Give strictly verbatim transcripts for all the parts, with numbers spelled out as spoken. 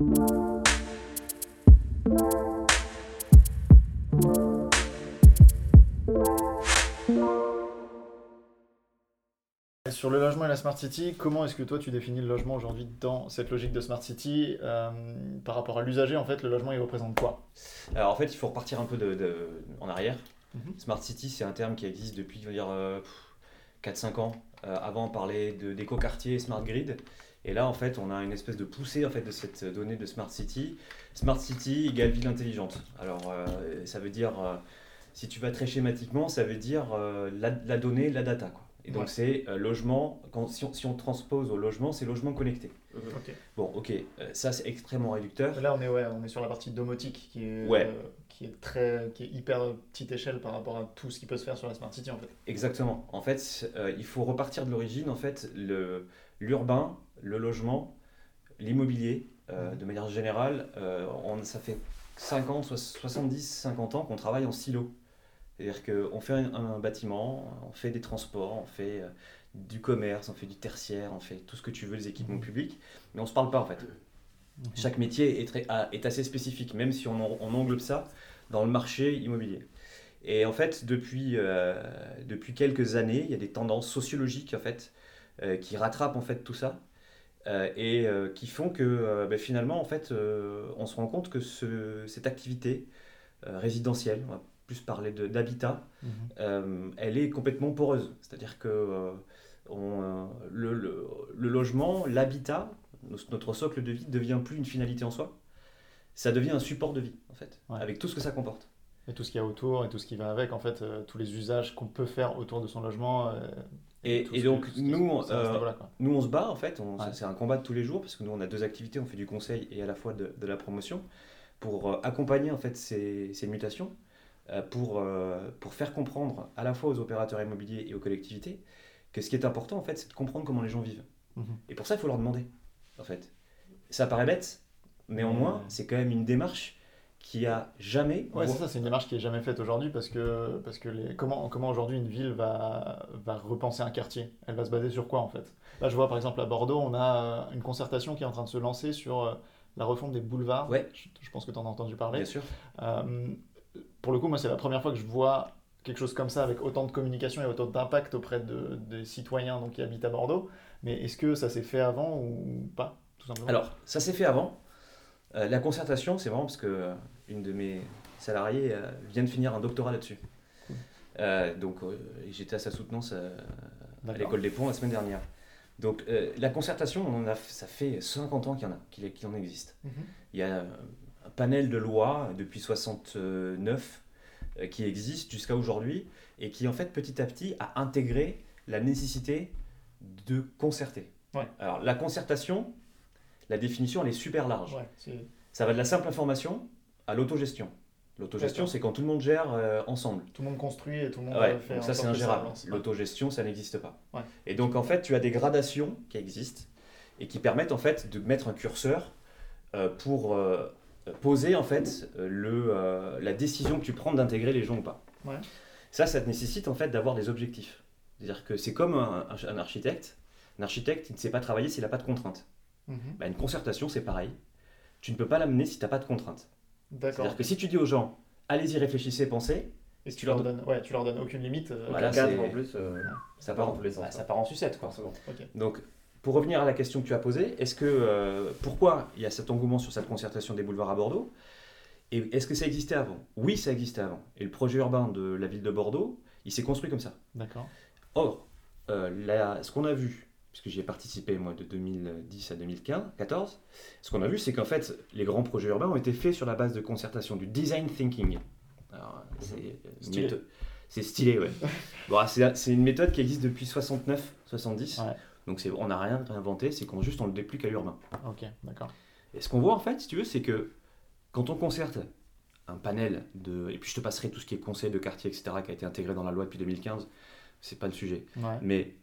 Sur le logement et la Smart City, comment est-ce que toi tu définis le logement aujourd'hui dans cette logique de Smart City euh, par rapport à l'usager, en fait, le logement il représente quoi? Alors en fait, il faut repartir un peu de, de- en arrière. Mhm. Smart City, c'est un terme qui existe depuis, je veux dire, euh, quatre cinq ans. Euh, avant, on parlait de, d'éco-quartier, Smart Grid. Et là, en fait, on a une espèce de poussée en fait, de cette donnée de Smart City. Smart City égale ville intelligente. Alors, euh, ça veut dire, euh, si tu vas très schématiquement, ça veut dire euh, la, la donnée, la data, quoi. Et donc, Ouais. c'est euh, logement, quand, si, on, si on transpose au logement, c'est logement connecté. Ok. Bon, ok, euh, ça c'est extrêmement réducteur. Là on est, ouais, on est sur la partie domotique qui est, Ouais, euh, qui est très, qui est hyper petite échelle par rapport à tout ce qui peut se faire sur la Smart City en fait. exactement. En fait, euh, il faut repartir de l'origine. En fait, le, l'urbain, le logement, l'immobilier, euh, Mhm. de manière générale, euh, on, ça fait cinquante, soixante-dix, cinquante ans qu'on travaille en silo. C'est-à-dire qu'on fait un, un bâtiment, on fait des transports, on fait euh, du commerce, on fait du tertiaire, on fait tout ce que tu veux, les équipements Mhm. publics, mais on ne se parle pas en fait. Mhm. Chaque métier est, très, a- est assez spécifique, même si on, en- on englobe ça dans le marché immobilier. Et en fait, depuis, euh, depuis quelques années, il y a des tendances sociologiques en fait, euh, qui rattrapent en fait tout ça euh, et euh, qui font que euh, ben, finalement, en fait, euh, on se rend compte que ce- cette activité euh, résidentielle, on va plus parler de- d'habitat, Mhm. euh, elle est complètement poreuse. C'est-à-dire que euh, on, euh, le, le- le logement, l'habitat, nos- notre socle de vie ne devient plus une finalité en soi, ça devient un support de vie, en fait, Ouais. avec tout ce que ça comporte. Et tout ce qu'il y a autour et tout ce qui va avec, en fait, euh, tous les usages qu'on peut faire autour de son logement euh, et tout Et, et ce, que, donc, tout ce qui nous, c'est à ce euh, niveau-là quoi. nous, on se bat, en fait, on- Ouais. c'est un combat de tous les jours, parce que nous, on a deux activités, on fait du conseil et à la fois de, de la promotion, pour euh, accompagner, en fait, ces, ces mutations, euh, pour, euh, pour faire comprendre à la fois aux opérateurs immobiliers et aux collectivités que ce qui est important, en fait, c'est de comprendre comment les gens vivent. Mhm. Et pour ça, il faut leur demander, en fait. Ça paraît bête, néanmoins, Mais- c'est quand même une démarche qui a jamais... Ouais, c'est ça, c'est une démarche qui est jamais faite aujourd'hui parce que, parce que les, comment, comment aujourd'hui une ville va, va repenser un quartier? Elle va se baser sur quoi en fait? Là, je vois par exemple à Bordeaux, on a euh, une concertation qui est en train de se lancer sur euh, la refonte des boulevards. Ouais, Je, je pense que tu en as entendu parler. bien sûr. Euh, pour le coup, moi, c'est la première fois que je vois quelque chose comme ça avec autant de communication et autant d'impact auprès de, des citoyens donc, qui habitent à Bordeaux. Mais est-ce que ça s'est fait avant ou pas, tout simplement? Alors, ça s'est fait avant. Euh, la concertation, c'est vraiment parce que euh, une de mes salariés euh, vient de finir un doctorat là-dessus. Cool. Euh, donc, euh, j'étais à sa soutenance euh, à D'accord. l'école des ponts la semaine dernière. Donc, euh, la concertation, on en a, ça fait cinquante ans qu'il y en a, qu'il, qu'il en existe. Mhm. Il y a euh, un panel de lois euh, depuis soixante-neuf euh, qui existe jusqu'à aujourd'hui et qui, en fait, petit à petit, a intégré la nécessité de concerter. Ouais. Alors, la concertation, la définition, elle est super large. Ouais, c'est- Ça va de la simple information à l'autogestion. L'autogestion, D'accord. c'est quand tout le monde gère euh, ensemble. Tout le monde construit et tout le monde Ouais, euh, fait donc en ça, c'est sorte que ça ingérable. avance. Ouais. L'autogestion, ça n'existe pas. Ouais. Et donc, en fait, tu as des gradations qui existent et qui permettent, en fait, de mettre un curseur euh, pour euh, poser, en fait, euh, le, euh, la décision que tu prends d'intégrer les gens ou pas. Ouais. Ça, ça te nécessite, en fait, d'avoir des objectifs. C'est-à-dire que c'est comme un, un- un architecte. Un architecte, il ne sait pas travailler s'il n'a pas de contraintes. Mhm. Bah, une concertation, c'est pareil. Tu ne peux pas l'amener si tu n'as pas de contraintes. D'accord. C'est-à-dire que si tu dis aux gens, allez-y, réfléchissez, pensez, Et si tu tu leur leur donnes, ouais, tu leur donnes aucune limite. euh, Voilà, ok. c'est- Cadre en plus, euh, ça part part, dans tous les sens. bah, quoi. ça part en sucette, quoi. Forcément. Ok. Donc, pour revenir à la question que tu as posée, est-ce que, euh, pourquoi il y a cet engouement sur cette concertation des boulevards à Bordeaux? Et est-ce que ça existait avant? Oui, ça existait avant. Et le projet urbain de la ville de Bordeaux, il s'est construit comme ça. D'accord. Or, euh, la- ce qu'on a vu, puisque j'y ai participé moi de deux mille dix à deux mille quatorze, ce qu'on a vu, c'est qu'en fait, les grands projets urbains ont été faits sur la base de concertation, du design thinking. Alors, c'est une Stylé. méthode- c'est stylé, ouais. Bon, c'est c'est une méthode qui existe depuis soixante-neuf soixante-dix. Ouais. Donc c'est- on n'a rien inventé, c'est qu'on juste on le déplique à l'urbain. Ok, d'accord. Et ce qu'on voit en fait, si tu veux, c'est que quand on concerte un panel de... Et puis je te passerai tout ce qui est conseil de quartier, et cetera, qui a été intégré dans la loi depuis deux mille quinze, c'est pas le sujet. Ouais. Mais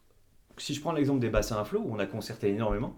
si je prends l'exemple des bassins à flot, où on a concerté énormément,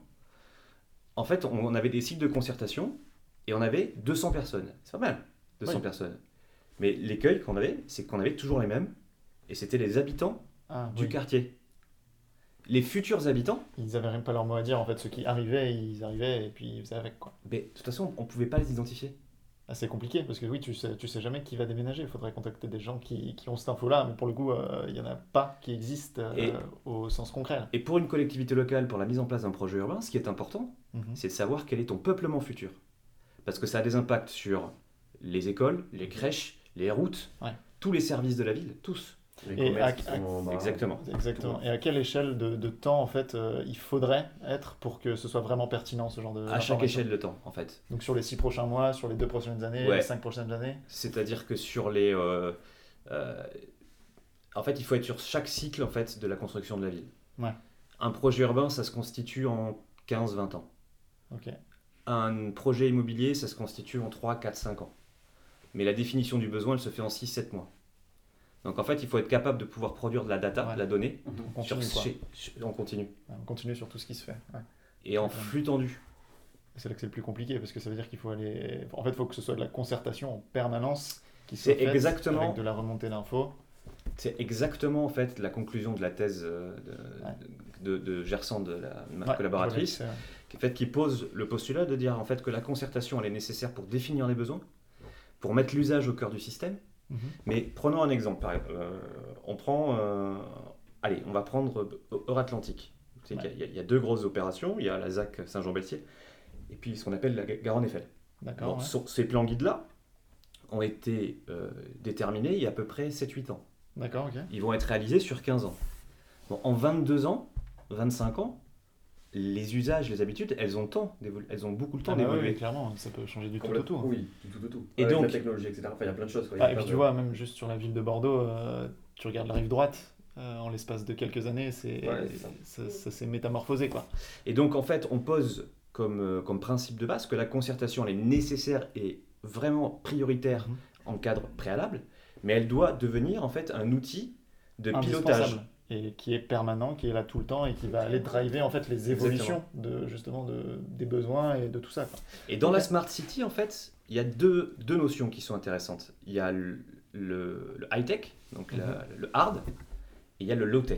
en fait, on on avait des cycles de concertation et on avait deux cents personnes. C'est pas mal, deux cents Oui. personnes. Mais l'écueil qu'on avait, c'est qu'on avait toujours les mêmes, et c'était les habitants Ah, du oui. quartier. Les futurs habitants, Ils avaient même pas leur mot à dire, en fait. Ceux qui arrivaient, ils arrivaient et puis ils faisaient avec, quoi. mais, de toute façon, on ne pouvait pas les identifier. Ah, c'est compliqué, parce que oui, tu sais, tu sais jamais qui va déménager. Il faudrait contacter des gens qui, qui ont cette info-là, mais pour le coup, euh, il y en a pas qui existent euh, Et, au sens concret. Là. et pour une collectivité locale, pour la mise en place d'un projet urbain, ce qui est important, Mhm. c'est de savoir quel est ton peuplement futur. Parce que ça a des impacts sur les écoles, les crèches, les routes, Ouais. tous les services de la ville, tous. Les Et commerces à- qui à- sont en bas. Exactement. Exactement. Et à quelle échelle de, de temps, en fait, euh, il faudrait être pour que ce soit vraiment pertinent, ce genre de À chaque d'information. échelle de temps, en fait. Donc sur les six prochains mois, sur les deux prochaines années, Ouais. les cinq prochaines années. C'est-à-dire que sur les... euh, euh, en fait, il faut être sur chaque cycle en fait, de la construction de la ville. Ouais. Un projet urbain, ça se constitue en quinze vingt ans. Ok. Un projet immobilier, ça se constitue en trois, quatre, cinq ans. Mais la définition du besoin, elle se fait en six, sept mois. Donc en fait, il faut être capable de pouvoir produire de la data, Ouais. de la donnée, On sur, continue, quoi. chez- chez- on continue. Ouais, on continue sur tout ce qui se fait. Ouais. Et en Ouais. flux tendu. C'est là que c'est le plus compliqué, parce que ça veut dire qu'il faut aller... En fait, il faut que ce soit de la concertation en permanence qui C'est soit faite exactement- avec de la remontée d'infos. C'est exactement en fait la conclusion de la thèse euh, Ouais. de, de, de Gersan, de la, ma Ouais, collaboratrice, je vois qui, en fait, qui pose le postulat de dire en fait que la concertation elle est nécessaire pour définir les besoins, pour mettre l'usage au cœur du système. Mhm. Mais prenons un exemple. Par exemple, euh, on prend, euh, allez, on va prendre Euratlantique. C'est Ouais. qu'il y a- il y, a deux grosses opérations. Il y a la Z A C Saint-Jean-Belsier et puis ce qu'on appelle la Garonne-Eiffel. D'accord. Bon, ouais. so- ces plans guides-là ont été euh, déterminés il y a à peu près sept huit ans. D'accord, ok. Ils vont être réalisés sur quinze ans. Bon, en vingt-deux ans, vingt-cinq ans, les usages, les habitudes, elles ont, le temps d'évolu- elles ont beaucoup le temps Ah bah oui, d'évoluer. oui, clairement, ça peut changer du tout au Complètement. tout. hein. Oui, du tout au tout. Et Avec donc- la technologie, et cetera. Enfin, il y a plein de choses. quoi. Il y a Ah, et plein puis tu de- vois, même juste sur la ville de Bordeaux, euh, tu regardes la rive droite, euh, en l'espace de quelques années, c'est, Ouais, c'est ça. ça, ça s'est métamorphosé, quoi. Et donc, en fait, on pose comme, euh, comme principe de base que la concertation elle est nécessaire et vraiment prioritaire Mhm. en cadre préalable, mais elle doit devenir en fait un outil de pilotage. Indispensable. Et qui est permanent, qui est là tout le temps et qui va aller driver en fait les évolutions de, justement de, des besoins et de tout ça, quoi. Et dans Ok. la Smart City, en fait, il y a deux, deux notions qui sont intéressantes. Il y a le, le- le high-tech, donc la- Mhm. le hard, et il y a le low-tech.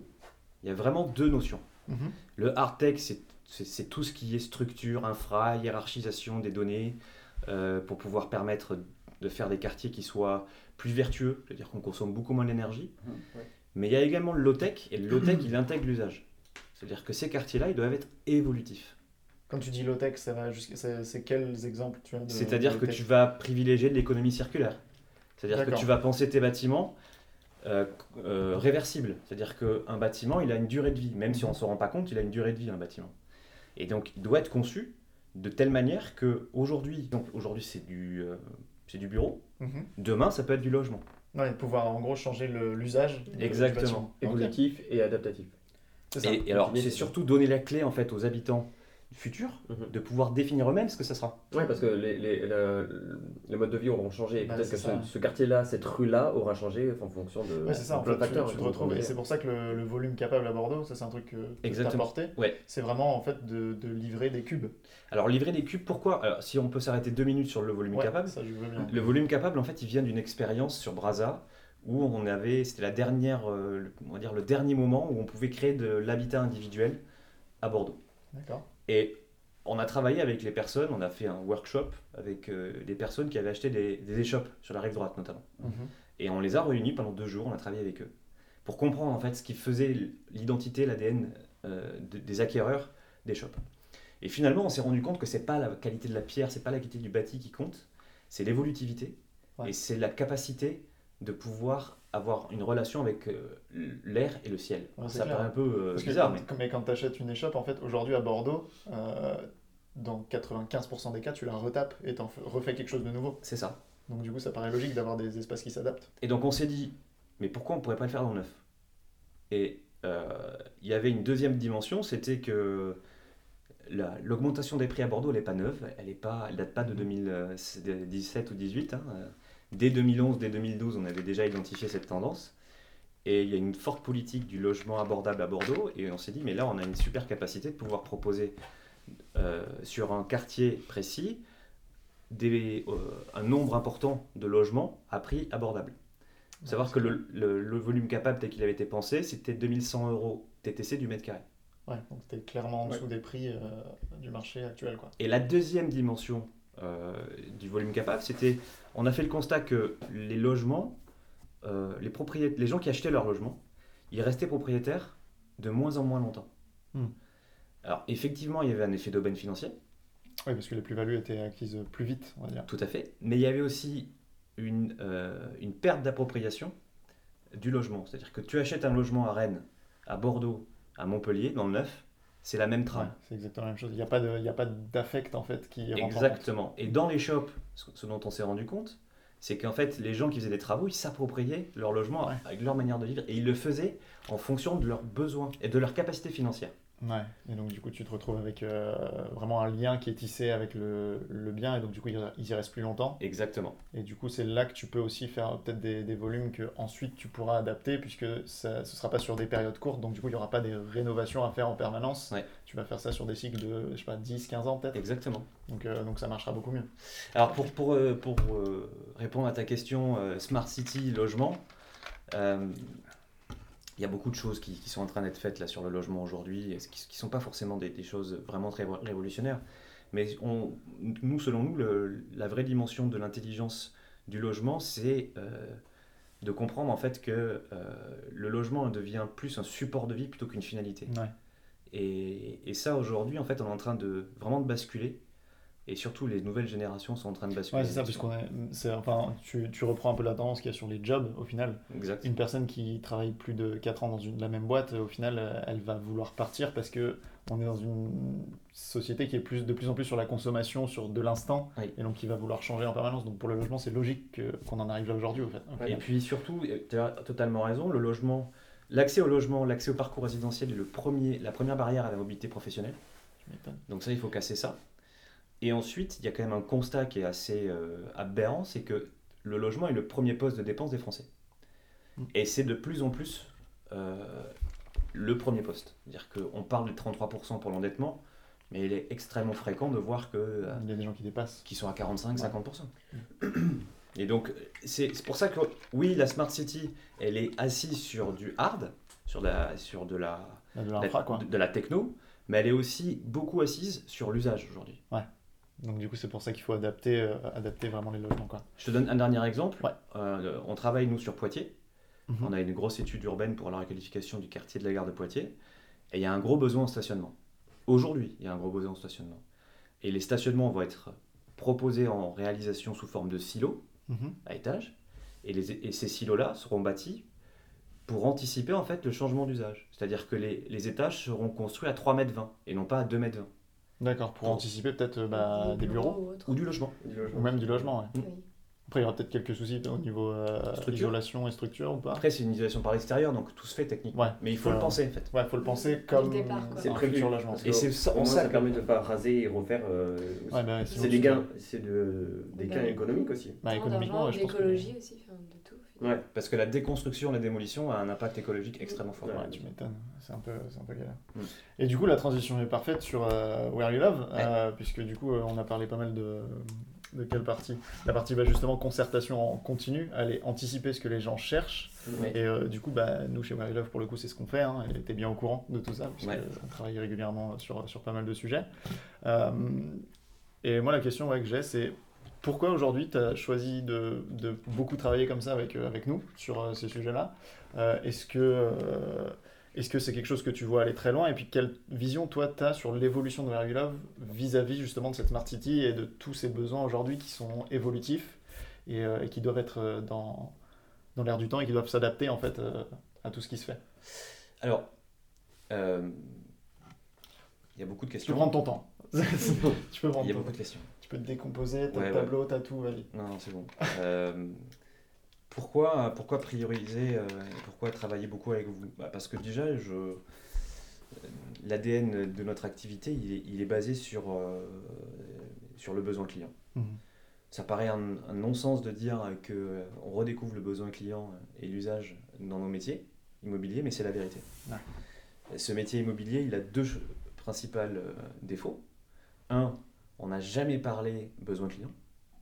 Il y a vraiment deux notions. Mhm. Le hard-tech, c'est, c'est, c'est tout ce qui est structure, infra, hiérarchisation des données, euh, pour pouvoir permettre de faire des quartiers qui soient plus vertueux, c'est-à-dire qu'on consomme beaucoup moins d'énergie. Mhm, ouais. Mais il y a également le low-tech, et le low-tech, il intègre l'usage. C'est-à-dire que ces quartiers-là, ils doivent être évolutifs. Quand tu dis low-tech, ça va jusqu'à, c'est, c'est quels exemples tu as de C'est-à-dire de que low-tech tu vas privilégier de l'économie circulaire. C'est-à-dire que D'accord. tu vas penser tes bâtiments euh, euh, réversibles. C'est-à-dire qu'un bâtiment, il a une durée de vie. Même si on ne s'en rend pas compte, il a une durée de vie, un bâtiment. Et donc, il doit être conçu de telle manière qu'aujourd'hui, donc aujourd'hui c'est du, euh, c'est du bureau, Mhm. demain ça peut être du logement. Ouais, de pouvoir en gros changer le- l'usage de- du Exactement. bâtiment. Ok. Évolutif et adaptatif. C'est ça. Et, et alors, Continuer, c'est c'est surtout donner la clé en fait aux habitants futurs Mhm. de pouvoir définir eux-mêmes ce que ça sera. Ouais, parce que les, les, la- les modes de vie auront changé. Et Bah, peut-être que c'est ça. ce, ce quartier-là, cette rue-là, aura changé en fonction de, Ouais, c'est ça, de en plein fait, de tu, facteurs. tu te qui vont retrouves. Et changer. c'est pour ça que le, le volume capable à Bordeaux, ça c'est un truc que, que tu as Exactement. apporté. Ouais. C'est vraiment en fait de, de livrer des cubes. Alors, livrer des cubes, pourquoi? Alors, si on peut s'arrêter deux minutes sur le volume Ouais, capable, ça je veux bien. le volume capable, en fait, il vient d'une expérience sur Brazza où on avait, c'était la dernière, euh, le- on va dire le dernier moment où on pouvait créer de l'habitat individuel à Bordeaux. D'accord. Et on a travaillé avec les personnes, on a fait un workshop avec euh, des personnes qui avaient acheté des, des échoppes sur la rive droite notamment. Mhm. Et on les a réunis pendant deux jours, on a travaillé avec eux pour comprendre en fait ce qui faisait l'identité, l'A D N euh, de- des acquéreurs d'échoppes. Et finalement, on s'est rendu compte que c'est pas la qualité de la pierre, c'est pas la qualité du bâti qui compte, c'est l'évolutivité Ouais. et c'est la capacité de pouvoir avoir une relation avec euh, l'air et le ciel. Ouais, c'est Ça clair. paraît un peu euh, Parce que bizarre, quand, mais mais quand tu achètes une échoppe, en fait, aujourd'hui à Bordeaux, euh, dans quatre-vingt-quinze pour cent des cas, tu la retapes et t'en f- refais quelque chose de nouveau. c'est ça. Donc du coup, ça paraît logique d'avoir des espaces qui s'adaptent. Et donc on s'est dit, mais pourquoi on pourrait pas le faire dans le neuf? Et euh, il y avait une deuxième dimension, c'était que la- l'augmentation des prix à Bordeaux, elle n'est pas neuve, elle est pas, elle date pas de deux mille dix-sept ou dix-huit. Hein. Dès deux mille onze, dès deux mille douze, on avait déjà identifié cette tendance. Et il y a une forte politique du logement abordable à Bordeaux, et on s'est dit, mais là, on a une super capacité de pouvoir proposer euh, sur un quartier précis des, euh, un nombre important de logements à prix abordable. Faut savoir que le, le- le volume capable tel qu'il avait été pensé, c'était deux mille cent euros T T C du mètre carré. Ouais, donc tu es clairement en dessous Ouais. des prix euh, du marché actuel, quoi. Et la deuxième dimension euh, du volume capable, c'était, on a fait le constat que les logements, euh, les, propriétaires, les gens qui achetaient leur logement, ils restaient propriétaires de moins en moins longtemps. Hmm. Alors effectivement, il y avait un effet d'aubaine financier, Oui, parce que les plus-values étaient acquises plus vite, on va dire. tout à fait, mais il y avait aussi une, euh, une perte d'appropriation du logement. C'est-à-dire que tu achètes un logement à Rennes, à Bordeaux, à Montpellier, dans le neuf, c'est la même Ouais, trame. c'est exactement la même chose. Il n'y a pas de, il y a pas d'affect, en fait, qui rentre en compte. Exactement. Et dans les shops, ce ce dont on s'est rendu compte, c'est qu'en fait, les gens qui faisaient des travaux, ils s'appropriaient leur logement Ouais. avec leur manière de vivre. Et ils le faisaient en fonction de leurs besoins et de leur capacité financière. Ouais, et donc du coup tu te retrouves avec euh, vraiment un lien qui est tissé avec le, le bien, et donc du coup ils ils y restent plus longtemps. Exactement. Et du coup c'est là que tu peux aussi faire peut-être des, des volumes que ensuite tu pourras adapter, puisque ça, ce sera pas sur des périodes courtes, donc du coup il n'y aura pas des rénovations à faire en permanence. Ouais. Tu vas faire ça sur des cycles de, je sais pas, dix quinze ans peut-être. Exactement. Donc, euh, donc ça marchera beaucoup mieux. Alors pour, pour, euh, pour euh, répondre à ta question, euh, Smart City, logement, euh, il y a beaucoup de choses qui, qui sont en train d'être faites là sur le logement aujourd'hui, et qui ne sont pas forcément des, des choses vraiment très révolutionnaires. Mais on, nous, selon nous, le- la vraie dimension de l'intelligence du logement, c'est euh, de comprendre en fait que euh, le logement devient plus un support de vie plutôt qu'une finalité. Ouais. Et, et ça, aujourd'hui, en fait, on est en train de vraiment de basculer. Et surtout, les nouvelles générations sont en train de basculer. Ouais, c'est ça, là-dessus. puisqu'on est, c'est, enfin, tu, tu reprends un peu la tendance qu'il y a sur les jobs au final. Exact. Une personne qui travaille plus de quatre ans dans une, la même boîte, au final, euh, elle va vouloir partir parce que on est dans une société qui est plus, de plus en plus sur la consommation, sur de l'instant, Oui. et donc qui va vouloir changer en permanence. Donc pour le logement, c'est logique que- qu'on en arrive là aujourd'hui, au fait. au Et final. puis surtout, tu as totalement raison, le logement, l'accès au logement, l'accès au parcours résidentiel est le premier, la première barrière à la mobilité professionnelle. Tu m'étonnes. Donc ça, il faut casser ça. Et ensuite, il y a quand même un constat qui est assez euh, aberrant, c'est que le logement est le premier poste de dépense des Français. Mm. Et c'est de plus en plus euh, le premier poste. C'est-à-dire qu'on parle de trente-trois pour cent pour l'endettement, mais il est extrêmement fréquent de voir que, euh, Il y a des gens qui dépassent. qui sont à quarante-cinq à cinquante pour cent. Mm. Et donc, c'est c'est pour ça que, oui, la Smart City, elle est assise sur du hard, sur, la, sur de, la, Là, de la- l'infra, quoi. de, de la techno, mais elle est aussi beaucoup assise sur l'usage aujourd'hui. Donc du coup, c'est pour ça qu'il faut adapter, euh, adapter vraiment les logements, quoi. Je te donne un dernier exemple. Ouais. Euh, on travaille, nous, sur Poitiers. Mhm. On a une grosse étude urbaine pour la requalification du quartier de la gare de Poitiers. Et il y a un gros besoin en stationnement. Aujourd'hui, il y a un gros besoin en stationnement. Et les stationnements vont être proposés en réalisation sous forme de silos Mhm. à étages. Et, les, et ces silos-là seront bâtis pour anticiper en fait le changement d'usage. C'est-à-dire que les, les étages seront construits à trois mètres vingt et non pas à deux mètres vingt. D'accord, pour Pour- anticiper peut-être euh, bah, des bureaux, ou autre. Ou du logement. Du logement. ou même du logement, ouais. Oui. Après, il y aura peut-être quelques soucis au niveau euh, Structure. isolation et structure ou pas. Après, c'est une isolation par l'extérieur, donc tout se fait techniquement. Ouais. Mais il faut Euh, le penser en fait. Ouais, faut le penser Dès comme le départ, quoi. C'est un prévu. futur logement. Parce Et que c'est ça- au moins, en ça, ça que- permet de ne pas raser et refaire. euh, Ouais, bah, c'est sinon, des tu- gains, c'est de, des Bah gains oui. économiques aussi. Bah, Tant économiquement, d'argent, ouais, je pense que... d'écologie aussi, enfin, de tout. finalement. Ouais. Parce que la déconstruction, la démolition a un impact écologique extrêmement fort. Ouais. Ouais, tu m'étonnes, c'est un peu, c'est un peu galère. Mm. Et du coup, la transition est parfaite sur euh, Where You Love, euh, puisque du coup, euh, on a parlé pas mal de, de quelle partie? La partie bah, justement concertation en continu, aller anticiper ce que les gens cherchent. Ouais. Et euh, du coup, bah, nous chez Where You Love, pour le coup, c'est ce qu'on fait. Hein, et t'es bien au courant de tout ça, puisqu'on Ouais. travaille régulièrement sur, sur pas mal de sujets. Euh, et moi, la question ouais, que j'ai, c'est pourquoi aujourd'hui tu as choisi de, de beaucoup travailler comme ça avec, euh, avec nous sur euh, ces sujets-là? Euh, Est-ce que euh, est-ce que c'est quelque chose que tu vois aller très loin? Et puis, quelle vision, toi, tu as sur l'évolution de Where You Love vis-à-vis justement de cette Smart City et de tous ces besoins aujourd'hui qui sont évolutifs et, euh, et qui doivent être euh, dans, dans l'air du temps et qui doivent s'adapter en fait euh, à tout ce qui se fait? Alors, euh, il y a beaucoup de Tu peux questions. prendre ton temps. tu peux prendre Il y a ton beaucoup temps. de questions. Tu peux te décomposer, t'as Ouais, le ouais. tableau, t'as tout, vas-y. Non, non, c'est bon. Euh, pourquoi, pourquoi prioriser, euh, et pourquoi travailler beaucoup avec vous? Bah, parce que déjà, je, l'A D N de notre activité, il est, il est basé sur, euh, sur le besoin client. Mhm. Ça paraît un, un non-sens de dire qu'on redécouvre le besoin client et l'usage dans nos métiers immobiliers, mais c'est la vérité. Ouais. Ce métier immobilier, il a deux ch- principaux euh, défauts. Un, on n'a jamais parlé besoin client.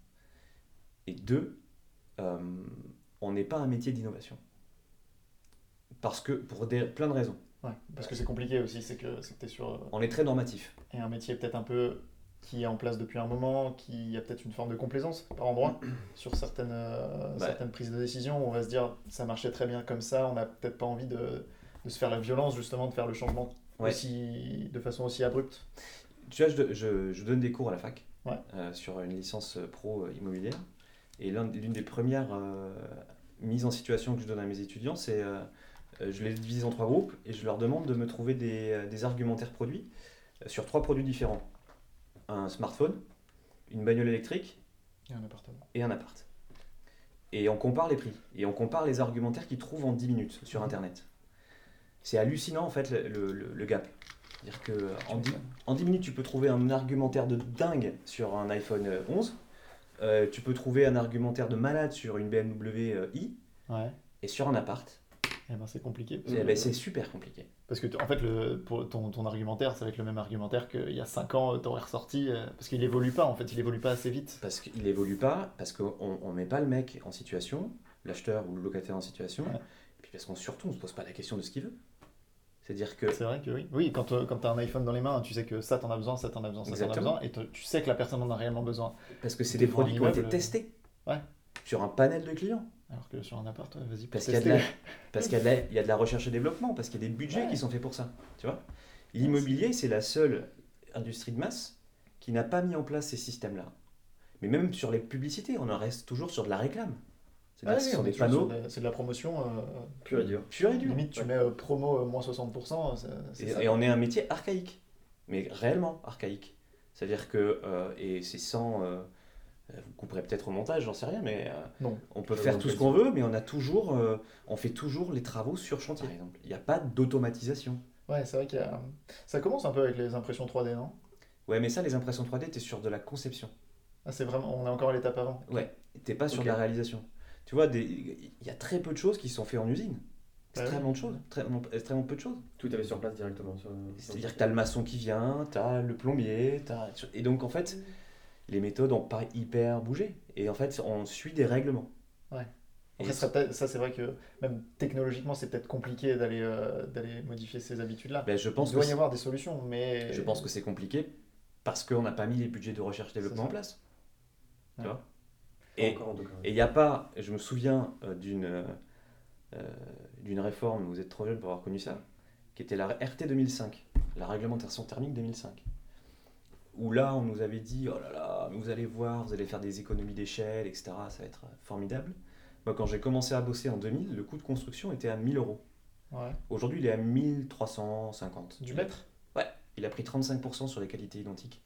Et deux, euh, on n'est pas un métier d'innovation. Parce que, pour des, plein de raisons. Ouais, parce que c'est compliqué aussi, c'est que c'est que t'es sur... euh, On est très normatif. Et un métier peut-être un peu qui est en place depuis un moment, qui a peut-être une forme de complaisance par endroit sur certaines, euh, Bah. certaines prises de décision où on va se dire ça marchait très bien comme ça, on n'a peut-être pas envie de, de se faire la violence justement de faire le changement Ouais. aussi, de façon aussi abrupte. Tu vois, je, je- je donne des cours à la fac Ouais. euh, sur une licence pro euh, immobilière. Et l'un- l'une des premières euh, mises en situation que je donne à mes étudiants, c'est euh, euh, je les divise en trois groupes et je leur demande de me trouver des, euh, des argumentaires produits euh, sur trois produits différents. Un smartphone, une bagnole électrique Et un appartement. et un appart. Et on compare les prix. Et on compare les argumentaires qu'ils trouvent en dix minutes sur Internet. C'est hallucinant en fait le, le- le- le gap. C'est-à-dire qu'en dix, en dix minutes, tu peux trouver un argumentaire de dingue sur un iPhone onze. Euh, tu peux trouver un argumentaire de malade sur une B M W euh, i. Ouais. Et sur un appart, Eh ben, c'est compliqué. Parce eh que, ben, c'est super compliqué. parce que t- en fait, le, pour ton, ton argumentaire, ça va être le même argumentaire qu'il y a cinq ans, tu aurais ressorti. euh, parce qu'il évolue pas en fait, il évolue pas assez vite. Parce qu'il évolue pas, parce qu'on ne met pas le mec en situation, l'acheteur ou le locataire en situation, Ouais. et puis parce qu'on surtout on se pose pas la question de ce qu'il veut. C'est-à-dire que C'est vrai que oui. Oui, quand, euh, quand tu as un iPhone dans les mains, tu sais que ça, t'en as besoin, ça, t'en as besoin, ça, t'en as Exactement. besoin. Et te- tu sais que la personne en a réellement besoin. parce que c'est Devant des un produits qui ont été immeuble, testés ouais. sur un panel de clients. Alors que sur un appart, ouais, vas-y, pour Parce qu'il y a de tester. la, parce qu'il y a de la, il y a de la recherche et développement, parce qu'il y a des budgets Ouais. qui sont faits pour ça. Tu vois, l'immobilier, c'est la seule industrie de masse qui n'a pas mis en place ces systèmes-là. Mais même sur les publicités, on en reste toujours sur de la réclame. C'est-à-dire Ah que ce oui, sont on est des toujours panneaux sur de la- C'est de la promotion. euh, Pur et dur. purs et durs. Limite, tu Ouais. mets euh, promo euh, moins soixante pour cent. ça- c'est Et, ça. et on est un métier archaïque, mais réellement archaïque. C'est-à-dire que, euh, et c'est sans. euh, vous couperez peut-être au montage, j'en sais rien, mais euh, Non. on peut Je faire vois tout ce pas qu'on veut, mais on a toujours, euh, on fait toujours les travaux sur chantier, par exemple. Il n'y a pas d'automatisation. Ouais, c'est vrai qu'il y a. Ça commence un peu avec les impressions trois D, non? Ouais, mais ça, les impressions trois D, tu es sur de la conception. Ah, c'est vraiment. On est encore à l'étape avant. Ouais, t'es pas sur Ok. de la réalisation. Tu vois, des- il y a très peu de choses qui sont faites en usine. Bah Extrêmement oui. de choses, très- extrêmement peu de choses. Tout avait sur place directement. sur- C'est-à-dire que tu as le maçon qui vient, tu as le plombier, t'as- et donc en fait, les méthodes ont pas hyper bougé. Et en fait, on suit des règlements. Ouais. Et Après, ça, serait peut-être- ça, c'est vrai que même technologiquement, c'est peut-être compliqué d'aller euh, d'aller modifier ces habitudes-là. ben, je pense Il que doit y c'est- avoir des solutions, mais. je pense que c'est compliqué parce qu'on n'a pas mis les budgets de recherche et développement en C'est ça. place. Tu Ouais. vois. Pas Et encore en tout cas. il n'y a pas, je me souviens euh, d'une euh, euh, d'une réforme, vous êtes trop jeune pour avoir connu ça, qui était la R T deux mille cinq, la réglementation thermique deux mille cinq. Où là, on nous avait dit, oh là là, vous allez voir, vous allez faire des économies d'échelle, et cetera. Ça va être formidable. Moi, quand j'ai commencé à bosser en deux mille, le coût de construction était à mille euros. Ouais. Aujourd'hui, il est à mille trois cent cinquante. Du mètre? Ouais, il a pris trente-cinq pour cent sur les qualités identiques.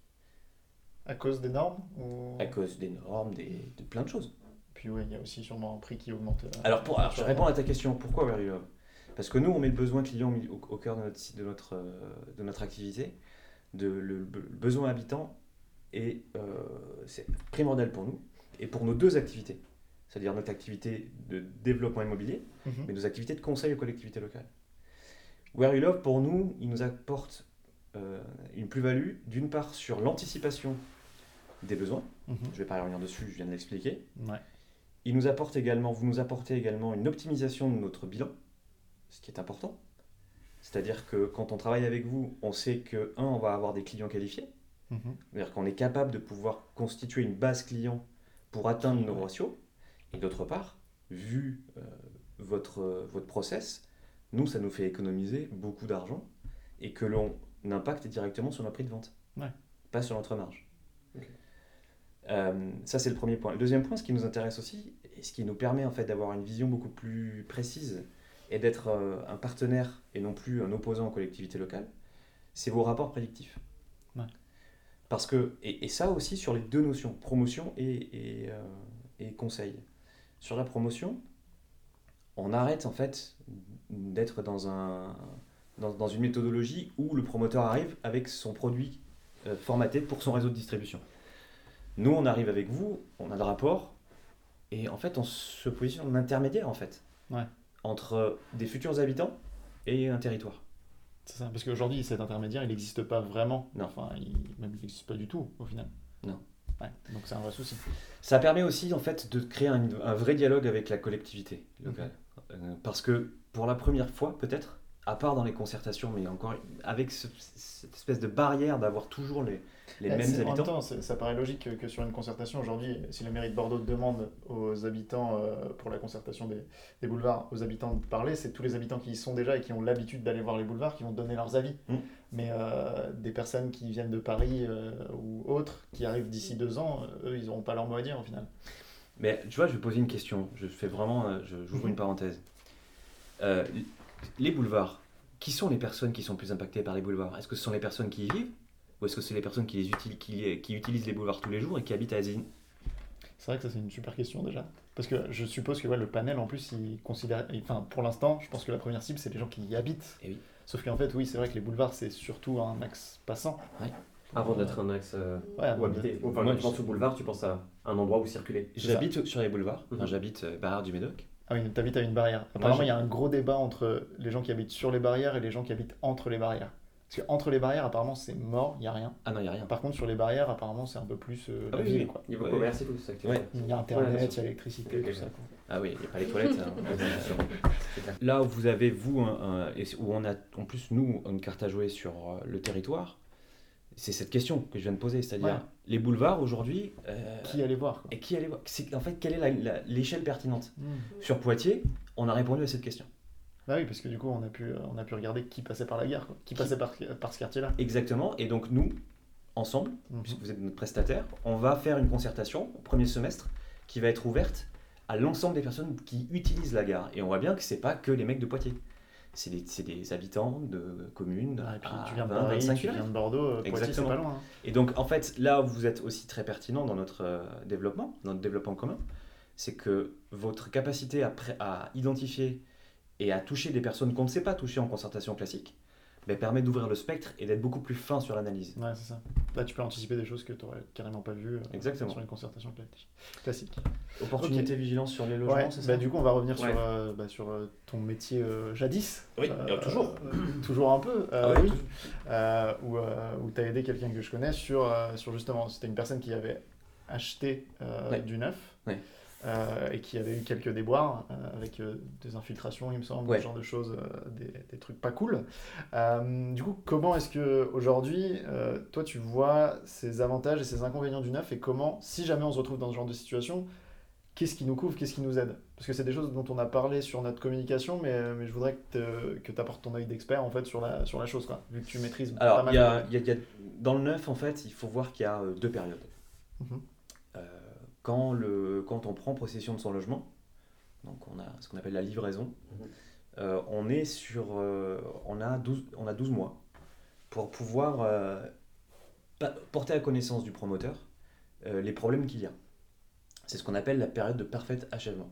À cause des normes ou... À cause des normes, des, de plein de choses. Puis oui, il y a aussi sûrement un prix qui augmente. euh, Alors, pour, alors, je sur- réponds à ta question, pourquoi Very Love? Parce que nous, on met le besoin client au, au- au cœur de notre, site- de notre, euh, de notre activité, de, le, le besoin habitant, et euh, c'est primordial pour nous, et pour nos deux activités. C'est-à-dire notre activité de développement immobilier, Mhm. mais nos activités de conseil aux collectivités locales. Where You Love, pour nous, il nous apporte euh, une plus-value, d'une part sur l'anticipation des besoins, Mhm. je ne vais pas y revenir dessus, je viens de l'expliquer. Ouais. Il nous apporte également, vous nous apportez également une optimisation de notre bilan, ce qui est important. C'est-à-dire que quand on travaille avec vous, on sait que, un, on va avoir des clients qualifiés, Mhm. c'est-à-dire qu'on est capable de pouvoir constituer une base client pour atteindre nos ratios. Et d'autre part, vu euh, votre, euh, votre process, nous, ça nous fait économiser beaucoup d'argent et que l'on impacte directement sur notre prix de vente, Ouais. pas sur notre marge. Ok. Euh, ça, c'est le premier point. Le deuxième point, ce qui nous intéresse aussi, et ce qui nous permet en fait d'avoir une vision beaucoup plus précise et d'être euh, un partenaire et non plus un opposant aux collectivités locales, c'est vos rapports prédictifs. Ouais. Parce que, et, et ça aussi sur les deux notions, promotion et, et, euh, et conseil. Sur la promotion, on arrête en fait d'être dans, un, dans, dans une méthodologie où le promoteur arrive avec son produit euh, formaté pour son réseau de distribution. Nous, on arrive avec vous, on a le rapport, et en fait, on se positionne en intermédiaire en fait, Ouais. entre des futurs habitants et un territoire. C'est ça, parce qu'aujourd'hui, cet intermédiaire, il n'existe pas vraiment. Non. Enfin, il... même il n'existe pas du tout, au final. Non. Ouais, donc c'est un vrai souci. Ça permet aussi en fait de créer un, un vrai dialogue avec la collectivité locale. Euh, parce que pour la première fois, peut-être, à part dans les concertations, mais encore avec ce- cette espèce de barrière d'avoir toujours les, les Eh, mêmes c'est- En même habitants. temps, c'est- ça paraît logique que, que sur une concertation, aujourd'hui, si la mairie de Bordeaux demande aux habitants, euh, pour la concertation des, des boulevards, aux habitants de parler, c'est tous les habitants qui y sont déjà et qui ont l'habitude d'aller voir les boulevards qui vont donner leurs avis. Mm. Mais euh, des personnes qui viennent de Paris euh, ou autres, qui arrivent d'ici deux ans, euh, eux, ils n'auront pas leur mot à dire au final. Mais tu vois, je vais poser une question. Je fais vraiment, euh, je- j'ouvre une parenthèse. Euh, les boulevards, qui sont les personnes qui sont plus impactées par les boulevards? Est-ce que ce sont les personnes qui y vivent? Ou est-ce que c'est les personnes qui, les utilisent, qui, les- qui utilisent les boulevards tous les jours et qui habitent à Asine? C'est vrai que ça, c'est une super question déjà. Parce que je suppose que ouais, le panel, en plus, il considère. il- Enfin, pour l'instant, je pense que la première cible, c'est les gens qui y habitent. Eh oui. Sauf qu'en fait, oui, c'est vrai que les boulevards, c'est surtout un axe passant. Avant d'être un axe euh, Ouais, où avant habiter. Enfin, Moi, quand tu penses je- au boulevard, tu penses à un endroit où circuler. C'est J'habite sur les boulevards. Mhm. Enfin, j'habite euh, Barrière du Médoc. Ah oui, t'habites à une barrière. Apparemment, j'ai- il y a un gros débat entre les gens qui habitent sur les barrières et les gens qui habitent entre les barrières. Parce qu'entre les barrières, apparemment, c'est mort, il n'y a rien. Ah non, il n'y a rien. Par contre, sur les barrières, apparemment, c'est un peu plus euh, Ah la oui, ville, oui. quoi. Niveau Ouais. commerce et tout, c'est ça que tu veux Ouais. dire. Il y a Ouais, Internet, bien il y sûr. a l'électricité, Ok, tout ok. ça, quoi. Ah oui, il n'y a pas les toilettes. hein. Là où vous avez, vous, un- un- et où on a en plus, nous, une carte à jouer sur euh, le territoire, c'est cette question que je viens de poser. C'est-à-dire, Ouais. les boulevards aujourd'hui, euh, Qui allait voir, quoi. et qui allait voir c'est, en fait, quelle est la- la- l'échelle pertinente? Hmm. Sur Poitiers, on a répondu à cette question. Bah oui, parce que du coup, on a pu, on a pu regarder qui passait par la gare, quoi. Qui passait par, par ce quartier-là. Exactement. Et donc, nous, ensemble, Mhm. puisque vous êtes notre prestataire, on va faire une concertation au premier semestre qui va être ouverte à l'ensemble des personnes qui utilisent la gare. Et on voit bien que c'est pas que les mecs de Poitiers. C'est des, c'est des habitants de communes Ah, et puis à tu viens de vingt, Paris, vingt-cinq tu viens kilomètres. de Bordeaux, euh, Poitiers, c'est Exactement. pas loin. hein. Et donc, en fait, là où vous êtes aussi très pertinent dans notre euh, développement, dans notre développement commun, c'est que votre capacité à, pré- à identifier et à toucher des personnes qu'on ne sait pas toucher en concertation classique, ben, permet d'ouvrir le spectre et d'être beaucoup plus fin sur l'analyse. Ouais, c'est ça. Là, tu peux anticiper des choses que tu n'aurais carrément pas vues euh, Exactement. sur une concertation cla- classique. Opportunité, vigilance sur les logements, Ouais, c'est ça? bah, du coup, on va revenir Ouais. sur, euh, bah, sur euh, ton métier euh, jadis. Oui, Euh, euh, toujours. euh, toujours un peu. euh, Ah oui, oui. Euh, où euh, où tu as aidé quelqu'un que je connais sur, euh, sur justement. C'était une personne qui avait acheté euh, Ouais. du neuf. Ouais. euh, et qui avait eu quelques déboires euh, avec euh, des infiltrations, il me semble, Ouais. ce genre de choses, euh, des, des trucs pas cool. Euh, du coup, comment est-ce que aujourd'hui, euh, toi, tu vois ces avantages et ces inconvénients du neuf et comment, si jamais on se retrouve dans ce genre de situation, qu'est-ce qui nous couvre, qu'est-ce qui nous aide? Parce que c'est des choses dont on a parlé sur notre communication, mais, mais je voudrais que tu apportes ton œil d'expert en fait sur la, sur la chose, quoi, vu que tu maîtrises pas Alors, mal il y de a, domaines. il y a- il y a- dans le neuf, en fait, il faut voir qu'il y a euh, deux périodes. Mhm. Euh, quand, le, quand on prend possession de son logement, donc on a ce qu'on appelle la livraison, Mhm. euh, on est sur, euh, on a douze, on a douze mois pour pouvoir euh, pa- porter à connaissance du promoteur euh, les problèmes qu'il y a. C'est ce qu'on appelle la période de parfait achèvement.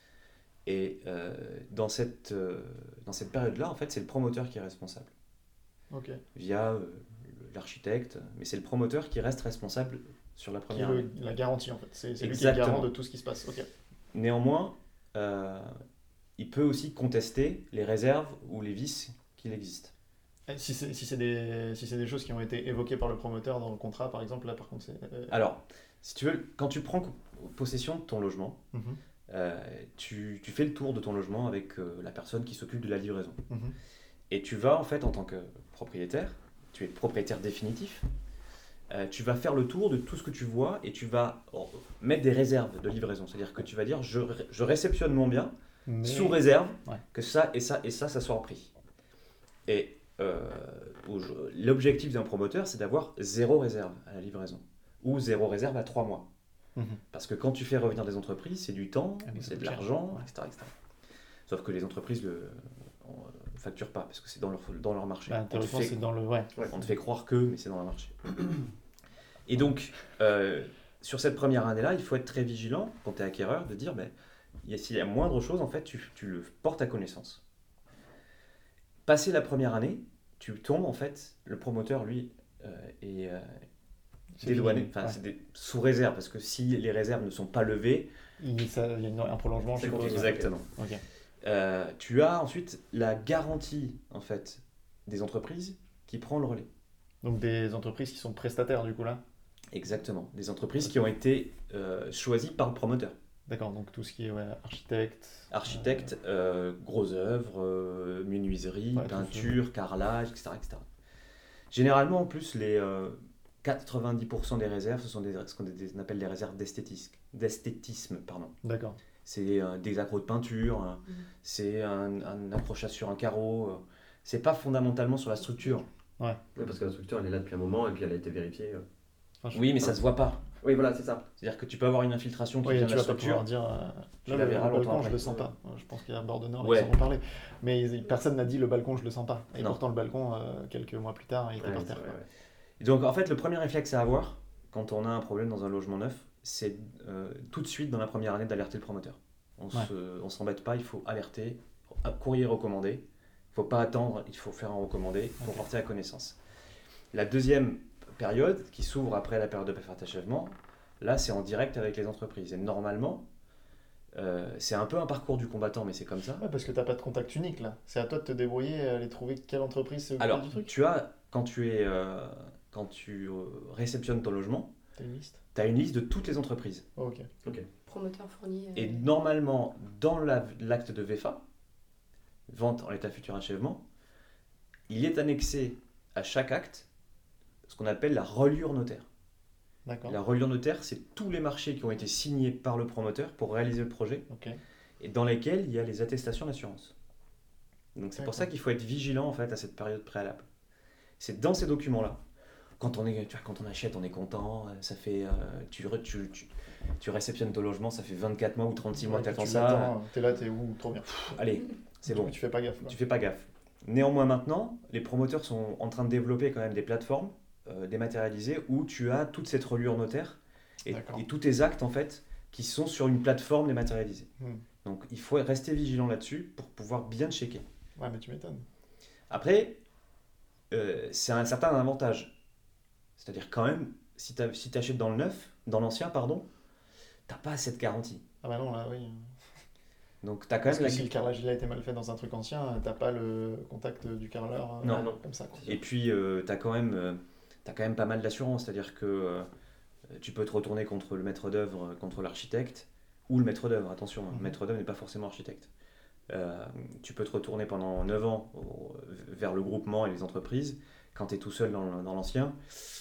Et euh, dans cette, euh, dans cette période-là, en fait, c'est le promoteur qui est responsable, Ok. via euh, l'architecte, mais c'est le promoteur qui reste responsable sur la Qui est première le- année. la garantie en fait. C'est c'est lui qui est Exactement. garant de tout ce qui se passe. Ok. Néanmoins, euh, il peut aussi contester les réserves ou les vices qu'il existe. Et Si c'est si c'est des, si c'est des choses qui ont été évoquées par le promoteur dans le contrat, par exemple, là par contre, c'est. euh, Alors, si tu veux, quand tu prends co- possession de ton logement, mhm, euh, tu, tu fais le tour de ton logement avec euh, la personne qui s'occupe de la livraison. mhm. Et tu vas, en fait, en tant que propriétaire, tu es propriétaire définitif, euh, tu vas faire le tour de tout ce que tu vois et tu vas oh, mettre des réserves de livraison. C'est-à-dire que tu vas dire, je, ré- je réceptionne mon bien Mais- sous réserve Ouais. que ça et ça et ça, ça soit en prix. Et euh, au- l'objectif d'un promoteur, c'est d'avoir zéro réserve à la livraison ou zéro réserve à trois mois. Mhm. Parce que quand tu fais revenir des entreprises, c'est du temps, Ah oui, ça c'est de coûte cher. l'argent, Ouais. et cetera, et cetera. Sauf que les entreprises ne facturent pas parce que c'est dans leur, dans leur marché. Bah, On te théoriquement, fait- c'est dans le. Ouais. on te fait croire que, mais c'est dans le marché. Et donc, euh, sur cette première année-là, il faut être très vigilant quand tu es acquéreur de dire, ben, il y a- s'il y a moindre chose, en fait, tu, tu le portes à connaissance. Passé la première année, tu tombes, en fait, le promoteur, lui, euh, est euh, C'est dédouané, fini. enfin, Ouais. c'est des- sous réserve, parce que si les réserves ne sont pas levées, Il, ça- il y a une- un prolongement, je C'est suppose. compliqué. exactement. Ok. Euh, tu as ensuite la garantie, en fait, des entreprises qui prend le relais. Donc des entreprises qui sont prestataires du coup là. Exactement. Des entreprises qui ont été euh, choisies par le promoteur. D'accord, donc tout ce qui est ouais, architecte. Architecte, euh, gros œuvres, euh, menuiserie, Ouais, tout peinture, carrelage, et cetera, et cetera. Généralement, en plus, les euh, quatre-vingt-dix pour cent des réserves, ce sont des, ce qu'on des- on appelle des réserves d'esthétisme. d'esthétisme pardon. D'accord. C'est euh, des accros de peinture, euh, Mhm. c'est un, un accrochage sur un carreau. euh, C'est pas fondamentalement sur la structure. Oui, parce que la structure, elle est là depuis un moment et puis elle a été vérifiée. euh. Enfin, je- Oui, mais ça se voit pas. Oui, voilà, c'est ça. C'est-à-dire que tu peux avoir une infiltration qui Oui, vient tu de la vas pas structure. pouvoir dire. euh, Tu là, la le, verras le longtemps balcon, je après. le sens pas. Je pense qu'il y a Bord de Nord, Ouais. ils en ont parlé. Mais ils- personne n'a dit le balcon, je le sens pas. Et Non. pourtant, le balcon, euh, quelques mois plus tard, il était Ouais, par c'est terre. vrai, quoi. ouais. Et donc, en fait, le premier réflexe à avoir quand on a un problème dans un logement neuf, c'est euh, tout de suite dans la première année d'alerter le promoteur. On Ouais. se, on s'embête pas, il faut alerter, courrier recommandé. Il faut pas attendre, il faut faire un recommandé pour Ok. porter à connaissance. La deuxième période, qui s'ouvre après la période de parfait achèvement, là, c'est en direct avec les entreprises. Et normalement, euh, c'est un peu un parcours du combattant, mais c'est comme ça. Ouais, parce que t'as pas de contact unique là. C'est à toi de te débrouiller, euh, aller trouver quelle entreprise s'est occupée Alors, du truc. tu as, quand tu, es, euh, quand tu euh, réceptionnes ton logement, T'as une liste. tu as une liste de toutes les entreprises. Oh, ok. Promoteur fourni. euh, Et normalement, dans la- l'acte de V F A, vente en état futur achèvement, il est annexé à chaque acte ce qu'on appelle la reliure notaire. D'accord. La reliure notaire, c'est tous les marchés qui ont été signés par le promoteur pour réaliser le projet Ok. et dans lesquels il y a les attestations d'assurance. Donc c'est pour ça D'accord. qu'il faut être vigilant en fait à cette période préalable. C'est dans ces documents-là. Quand on, est, tu vois, quand on achète, on est content. euh, Ça fait, euh, tu, re- tu, tu, tu réceptionnes ton logement, ça fait vingt-quatre mois ou trente-six mois Ouais, que tu attends tu ça. l'attends, T'es là, t'es où? Trop bien. Allez, c'est Du bon. coup, tu fais pas gaffe. quoi. Tu fais pas gaffe. Néanmoins maintenant, les promoteurs sont en train de développer quand même des plateformes euh, dématérialisées où tu as toute cette reliure notaire et, D'accord. et tous tes actes en fait qui sont sur une plateforme dématérialisée. Hmm. Donc il faut rester vigilant là-dessus pour pouvoir bien checker. Ouais, mais tu m'étonnes. Après, euh, c'est un certain avantage. C'est-à-dire quand même, si tu si achètes dans le neuf, dans l'ancien, pardon, t'as pas cette garantie. Ah bah non, là, oui. Donc tu as quand Parce même que la... si le carrelage il a été mal fait dans un truc ancien, t'as pas le contact du carreleur euh, Non. comme ça. Quoi. Et puis tu as quand même, euh, t'as quand même pas mal d'assurance. C'est-à-dire que euh, tu peux te retourner contre le maître d'œuvre, contre l'architecte, ou le maître d'œuvre, attention, hein, Mhm. le maître d'œuvre n'est pas forcément architecte. Euh, tu peux te retourner pendant neuf ans au- vers le groupement et les entreprises. Quand tu es tout seul dans, dans l'ancien,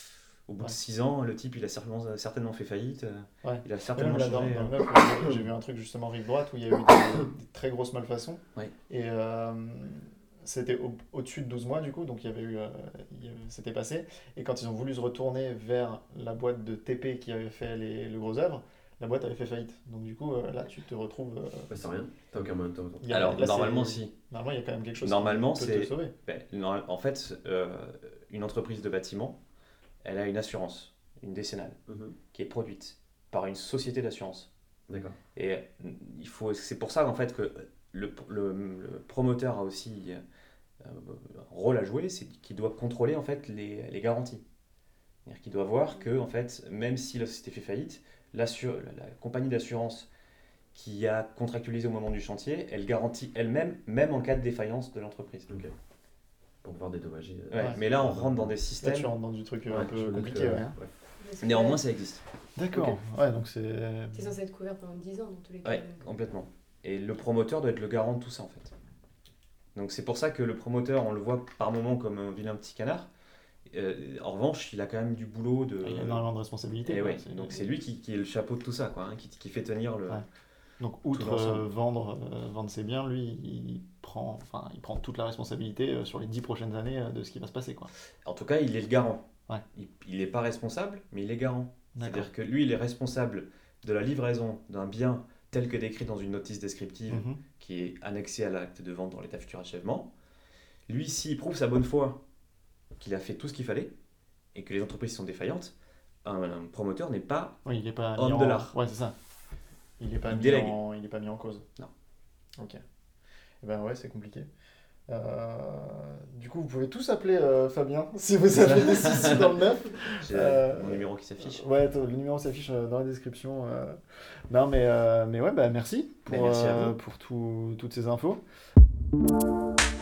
au bout Ouais. de six ans, le type il a certainement, certainement fait faillite. euh, Ouais. Il a Et certainement même là, dans, changé. dans le euh, neuf, j'ai- j'ai vu un truc justement rive droite où il y a eu des, des très grosses malfaçons. Ouais. Et euh, c'était au- au-dessus de douze mois du coup, donc il y avait eu, euh, il y avait- c'était passé. Et quand ils ont voulu se retourner vers la boîte de T P qui avait fait les, le gros œuvre, la boîte avait fait faillite. Donc du coup, euh, là tu te retrouves. euh, Bah, c'est rien. T'as aucun moyen de te retourner. il y a- Alors là, c'est- normalement si. Normalement, il y a quand même quelque chose Normalement, qui peut c'est- te sauver. Ben, normal- en fait, euh, une entreprise de bâtiment, elle a une assurance, une décennale, Mhm. qui est produite par une société d'assurance. D'accord. Et euh, il faut, c'est pour ça qu'en fait que le, le- le promoteur a aussi euh, un rôle à jouer, c'est qu'il doit contrôler en fait les, les garanties. C'est-à-dire qu'il doit voir que en fait, même si la société fait faillite, l'assure- la, la compagnie d'assurance qui a contractualisé au moment du chantier, elle garantit elle-même, même en cas de défaillance de l'entreprise. Ok. Pour pouvoir dédommager. euh, Ouais, Ouais. mais là, on rentre dans des Là, systèmes. tu rentres dans du truc euh, un ouais, peu donc, compliqué. euh, ouais. ouais. parce que Néanmoins, là, ça existe. D'accord. Ouais, donc c'est. t'es censé être couvert pendant dix ans dans tous les cas. Ouais, donc. complètement. Et le promoteur doit être le garant de tout ça, en fait. Donc c'est pour ça que le promoteur, on le voit par moments comme un vilain petit canard. Euh, en revanche, il a quand même du boulot de. Il y a énormément de responsabilités. Et quoi. ouais, donc c'est lui qui, qui est le chapeau de tout ça, quoi, hein, qui, qui fait tenir le. Ouais. Donc, outre l'ensemble. euh, vendre, euh, vendre ses biens, lui, il prend, enfin, il prend toute la responsabilité euh, sur les dix prochaines années euh, de ce qui va se passer. Quoi. En tout cas, il est le garant. Ouais. Il n'est pas responsable, mais il est garant. D'accord. C'est-à-dire que lui, il est responsable de la livraison d'un bien tel que décrit dans une notice descriptive Mhm. qui est annexée à l'acte de vente dans l'état futur achèvement. Lui, s'il prouve sa bonne foi, qu'il a fait tout ce qu'il fallait, et que les entreprises sont défaillantes, un, un promoteur n'est pas... Oui, il n'est pas Homme mis de en... l'art. Ouais, c'est ça. Il n'est pas, Il mis délègue. en... il est pas mis en cause. Non. Ok. Eh ben ouais, c'est compliqué. Euh, Du coup, vous pouvez tous appeler euh, Fabien si vous avez des soucis dans le neuf. J'ai Euh, mon numéro qui s'affiche. Ouais, attends, le numéro s'affiche euh, dans la description. euh. Non, mais, euh, mais ouais, bah merci pour, Mais merci à euh, vous. pour tout- toutes ces infos.